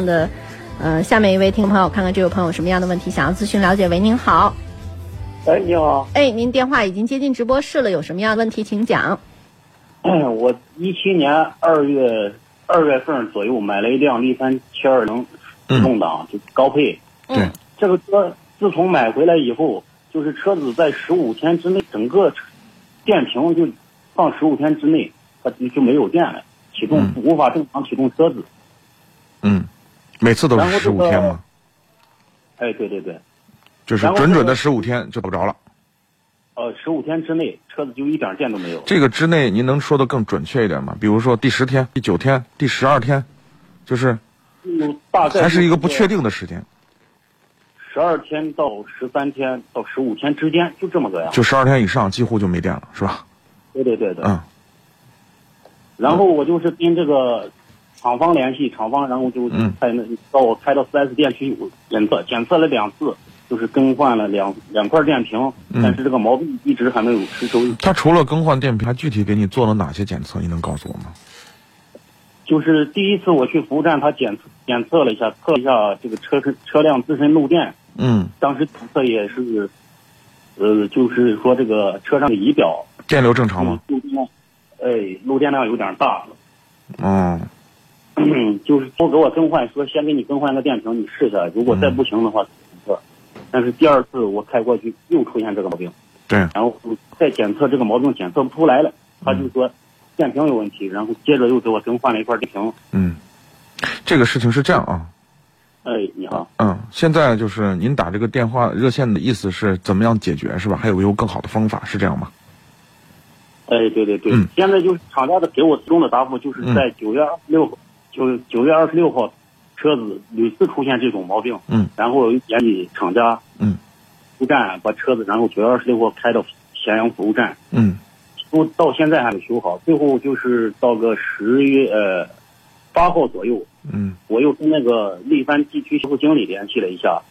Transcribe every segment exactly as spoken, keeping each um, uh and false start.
的，呃，下面一位听众朋友，看看这位朋友有什么样的问题想要咨询了解。喂，您好。 哎，你好。 哎，您电话已经接进直播室了，有什么样的问题请讲。 我一七年二月二月份左右买了一辆力帆七二零自动挡，就高配。 对。 这个车自从买回来以后，就是车子在十五天之内，整个电瓶就放十五天之内，它就就没有电了，启动、嗯、无法正常启动车子。 嗯，每次都是十五天吗？ 哎，对对对， 就是准准的十五天就不着了。 呃，十五天之内车子就一点电都没有。 这个之内您能说的更准确一点吗？比如说第十天、第九天、第十二天，就是大概还是一个不确定的时间。 十二天到十三天到十五天之间，就这么个样。 就十二天以上几乎就没电了，是吧？ 对对对对。 嗯。 然后我就是跟这个厂方联系，厂方然后就开那到我开到 四 S 店去检测，检测了两次，就是更换了两两块电瓶，嗯、但是这个毛病一直还没有失收。 他除了更换电瓶，还具体给你做了哪些检测？你能告诉我吗？ 就是第一次我去服务站，他检测检测了一下，测一下这个车身车辆自身漏电。 嗯。 当时检测也是，呃，就是说这个车上的仪表电流正常吗？ 漏电，哎，漏电量有点大。 嗯。 就是都给我更换，说先给你更换个电瓶，你试一下，如果再不行的话，嗯、但是第二次我开过去又出现这个毛病。 对。 然后再检测这个毛病检测不出来了，他就说电瓶有问题，然后接着又给我更换了一块电瓶。 嗯，这个事情是这样啊。 哎，你好。 嗯，现在就是您打这个电话热线的意思是怎么样解决是吧？还有没有更好的方法是这样吗？ 哎，对对对。嗯、现在就是厂家的给我提供的答复，就是在九月二十六号，九九月二十六号，车子屡次出现这种毛病。嗯。然后建议厂家嗯，服务站把车子，然后九月二十六号开到咸阳服务站。嗯。都到现在还没修好，最后就是到个十月呃八号左右。嗯，我又跟那个力帆地区销售经理联系了一下，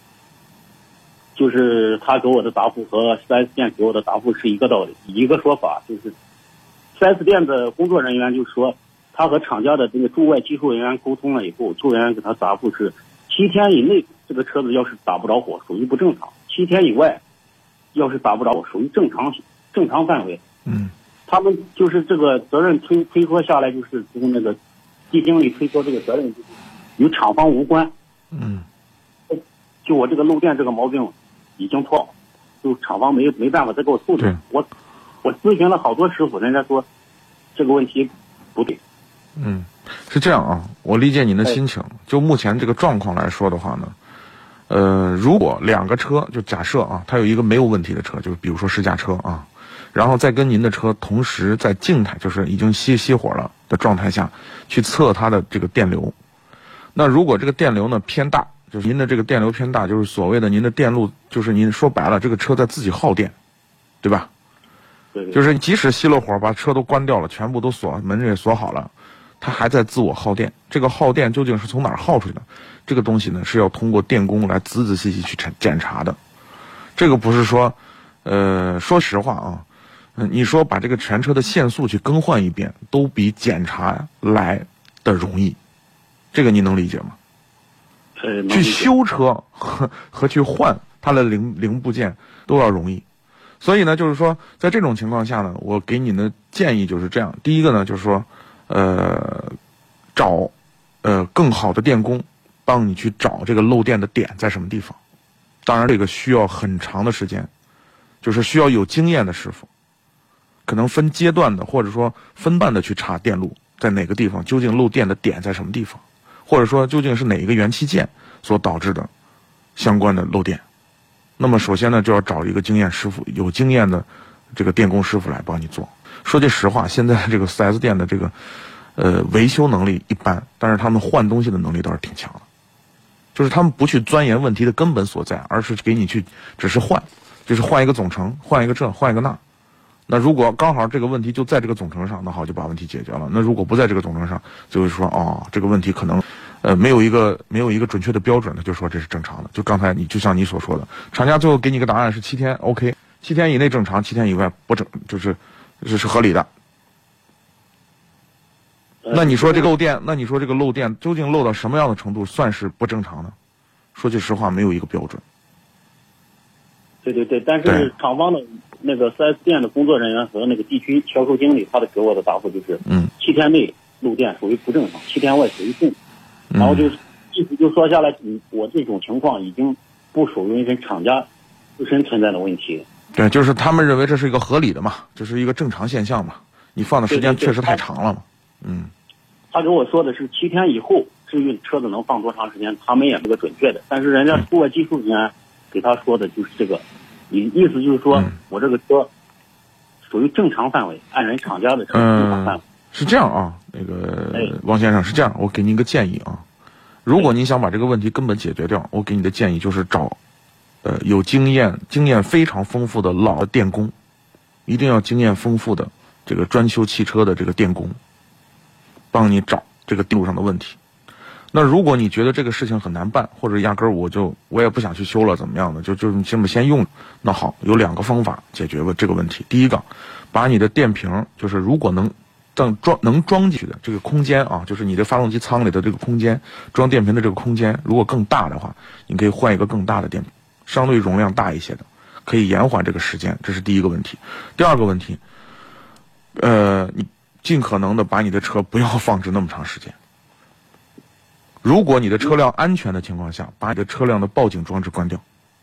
就是他给我的答复和 四 S 店给我的答复是一个道理，一个说法，就是 四 S 店的工作人员就说，他和厂家的这个驻外技术人员沟通了以后，技术人员给他答复是七天以内这个车子要是打不着火，属于不正常；七天以外，要是打不着火，属于正常正常范围。嗯，他们就是这个责任推推脱下来，就是从那个。地经理推脱这个责任就是与厂方无关。嗯，就我这个漏电这个毛病已经破，就厂方没没办法再给我处理。我我咨询了好多师傅，人家说这个问题不对。 嗯，是这样啊，我理解您的心情。就目前这个状况来说的话呢，呃，如果两个车，就假设啊，它有一个没有问题的车，就比如说试驾车啊。然后再跟您的车同时在静态，就是已经熄熄火了的状态下去测它的这个电流。那如果这个电流呢偏大，就是您的这个电流偏大，就是所谓的您的电路，就是您说白了，这个车在自己耗电，对吧？ 对。 就是即使熄了火，把车都关掉了，全部都锁，门也锁好了，它还在自我耗电。这个耗电究竟是从哪儿耗出去的？这个东西呢是要通过电工来仔仔细细去检查的。这个不是说，呃，说实话啊。嗯，你说把这个全车的线速去更换一遍，都比检查来的容易，这个你能理解吗？ 呃， 去修车和和去换它的零零部件都要容易，所以呢，就是说在这种情况下呢，我给你的建议就是这样：第一个呢，就是说，呃，找呃更好的电工帮你去找这个漏电的点在什么地方。当然，这个需要很长的时间，就是需要有经验的师傅。可能分阶段的，或者说分段的去查电路在哪个地方，究竟漏电的点在什么地方，或者说究竟是哪一个元器件所导致的相关的漏电。那么首先呢，就要找一个经验师傅，有经验的这个电工师傅来帮你做。说句实话，现在这个 四 S 店的这个呃维修能力一般，但是他们换东西的能力倒是挺强的。就是他们不去钻研问题的根本所在，而是给你去只是换，就是换一个总成，换一个这，换一个那。那如果刚好这个问题就在这个总成上，那好就把问题解决了。那如果不在这个总成上，就是说哦，这个问题可能呃没有一个没有一个准确的标准的，就说这是正常的。就刚才你就像你所说的，厂家最后给你个答案是七天 OK， 七天以内正常，七天以外不正，就是这是合理的。 那你说这个漏电，那你说这个漏电究竟漏到什么样的程度算是不正常呢？说句实话，没有一个标准。 对对对，但是厂方的那个 四 S 店的工作人员和那个地区销售经理，他的给我的答复就是， 嗯， 七天内漏电属于不正常，七天外属于正常。然后就意思就说下来，我这种情况已经不属于跟厂家自身存在的问题。 对，就是他们认为这是一个合理的嘛，这是一个正常现象嘛。你放的时间确实太长了嘛。嗯。 他给我说的是七天以后，至于车子能放多长时间，他们也是个准确的。但是人家出外技术人员给他说的就是这个，意意思就是说、嗯、我这个车属于正常范围，按人厂家的正常范围。嗯， 是这样啊，那个王先生是这样，我给您一个建议啊，如果您想把这个问题根本解决掉，我给你的建议就是找，呃，有经验、经验非常丰富的老的电工，一定要经验丰富的这个专修汽车的这个电工，帮你找这个电路上的问题。那如果你觉得这个事情很难办，或者压根儿我就我也不想去修了，怎么样的，就就这么先用。那好，有两个方法解决这个问题。第一个，把你的电瓶，就是如果能装装能装进去的这个空间啊，就是你的发动机舱里的这个空间，装电瓶的这个空间，如果更大的话，你可以换一个更大的电瓶，相对容量大一些的，可以延缓这个时间。这是第一个问题。第二个问题，呃，你尽可能的把你的车不要放置那么长时间。如果你的车辆安全的情况下，把你的车辆的报警装置关掉，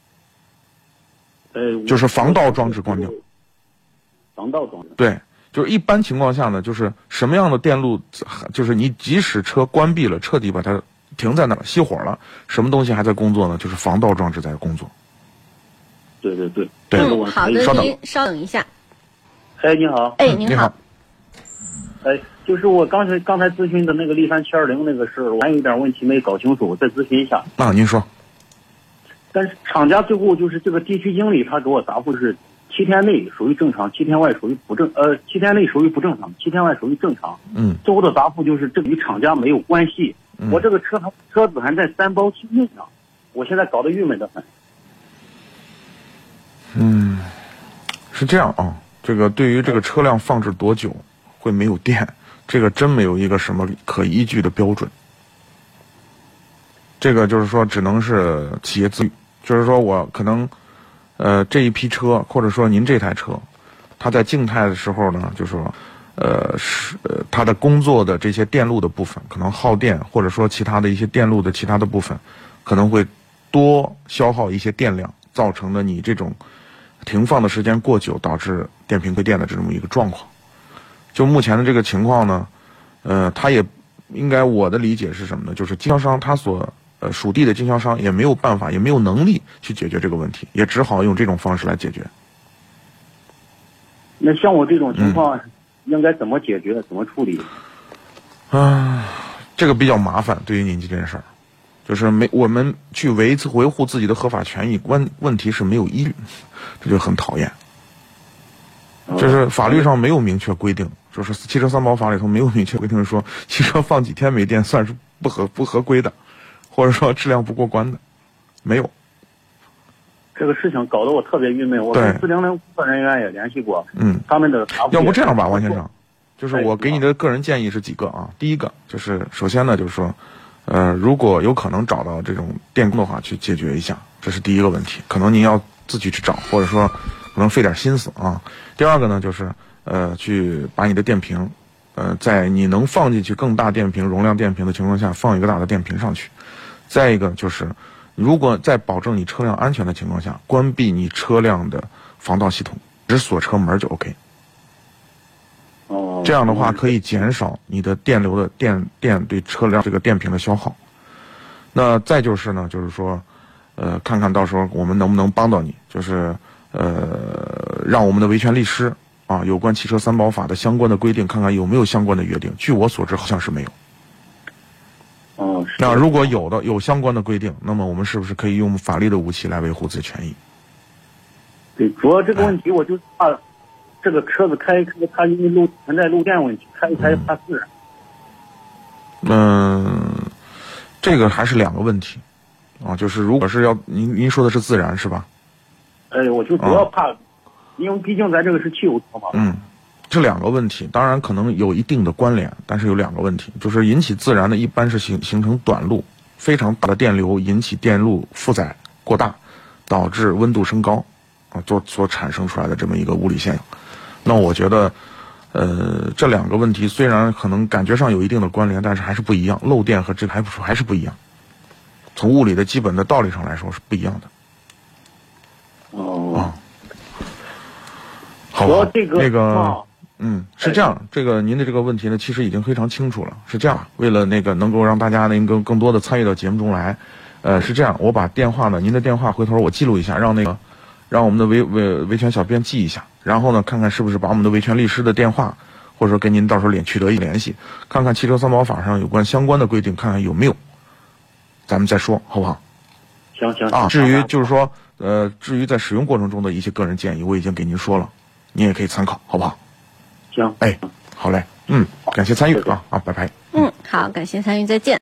呃， 就是防盗装置关掉。 防盗装置。 对，就是一般情况下呢，就是什么样的电路，就是你即使车关闭了，彻底把它停在那儿熄火了，什么东西还在工作呢？就是防盗装置在工作。 对对对。 对， 嗯，好的， 稍等您稍等一下。 哎，你好。 哎，您好。 哎，就是我刚才刚才咨询的那个力帆七二零那个事儿，我还有一点问题没搞清楚，我再咨询一下。 啊，您说。 但是厂家最后就是这个地区经理他给我答复是，七天内属于正常，七天外属于不正，呃，七天内属于不正常，七天外属于正常。 嗯。 最后的答复就是这与厂家没有关系。嗯、我这个车还车子还在三包期内呢，我现在搞得郁闷得很。 嗯，是这样啊，这个对于这个车辆放置多久会没有电，这个真没有一个什么可依据的标准。这个就是说，只能是企业自律。就是说我可能，呃，这一批车，或者说您这台车，它在静态的时候呢，就是说，呃，是呃，它的工作的这些电路的部分，可能耗电，或者说其他的一些电路的其他的部分，可能会多消耗一些电量，造成了你这种停放的时间过久，导致电瓶亏电的这么一个状况。就目前的这个情况呢，呃，它也应该我的理解是什么呢？就是经销商他所呃属地的经销商也没有办法，也没有能力去解决这个问题，也只好用这种方式来解决。 那像我这种情况，嗯、应该怎么解决？怎么处理？ 啊，这个比较麻烦，对于您这件事儿，就是没我们去维维护自己的合法权益，关问题是没有依据，这就很讨厌。就是法律上没有明确规定，就是汽车三包法里头没有明确规定说汽车放几天没电算是不合不合规的，或者说质量不过关的，没有。 这个事情搞得我特别郁闷，我跟四零零工作人员也联系过， 嗯， 他们的要不这样吧，王先生，就是我给你的个人建议是几个啊？第一个就是首先呢，就是说，呃，如果有可能找到这种电工的话，去解决一下，这是第一个问题，可能您要自己去找，或者说可能费点心思啊。第二个呢，就是呃，去把你的电瓶，呃，在你能放进去更大电瓶、容量电瓶的情况下，放一个大的电瓶上去。再一个就是，如果在保证你车辆安全的情况下，关闭你车辆的防盗系统，只锁车门就 OK。 哦。 这样的话可以减少你的电流的电电对车辆这个电瓶的消耗。那再就是呢，就是说，呃，看看到时候我们能不能帮到你，就是。呃，让我们的维权律师啊，有关汽车三包法的相关的规定，看看有没有相关的约定。据我所知，好像是没有。 哦， 那如果有的有相关的规定，那么我们是不是可以用法律的武器来维护自己权益？ 对，主要这个问题，我就怕这个车子开一开，它因为漏存在漏电问题，开一开怕自燃。 嗯、呃，这个还是两个问题啊，就是如果是要您您说的是自燃是吧？ 哎，我就主要怕，哦、因为毕竟咱这个是汽油车嘛。 嗯， 这两个问题当然可能有一定的关联，但是有两个问题，就是引起自燃的一般是形形成短路，非常大的电流引起电路负载过大，导致温度升高啊，所所产生出来的这么一个物理现象。那我觉得，呃，这两个问题虽然可能感觉上有一定的关联，但是还是不一样。漏电和这个还不还是不一样，从物理的基本的道理上来说是不一样的。 哦。 啊，好吧， 这个那个。 哦嗯，是这样，这个您的这个问题呢，其实已经非常清楚了。是这样，为了那个能够让大家能够更多的参与到节目中来，呃，是这样，我把电话呢，您的电话回头我记录一下，让那个，让我们的维维维权小编记一下，然后呢，看看是不是把我们的维权律师的电话，或者说跟您到时候联取得一联系，看看汽车三包法上有关相关的规定，看看有没有，咱们再说，好不好？ 行行啊，至于就是说，呃，至于在使用过程中的一些个人建议，我已经给您说了，您也可以参考，好不好？ 行， 哎，好嘞，嗯，感谢参与啊啊，拜拜。 嗯，好，感谢参与，再见。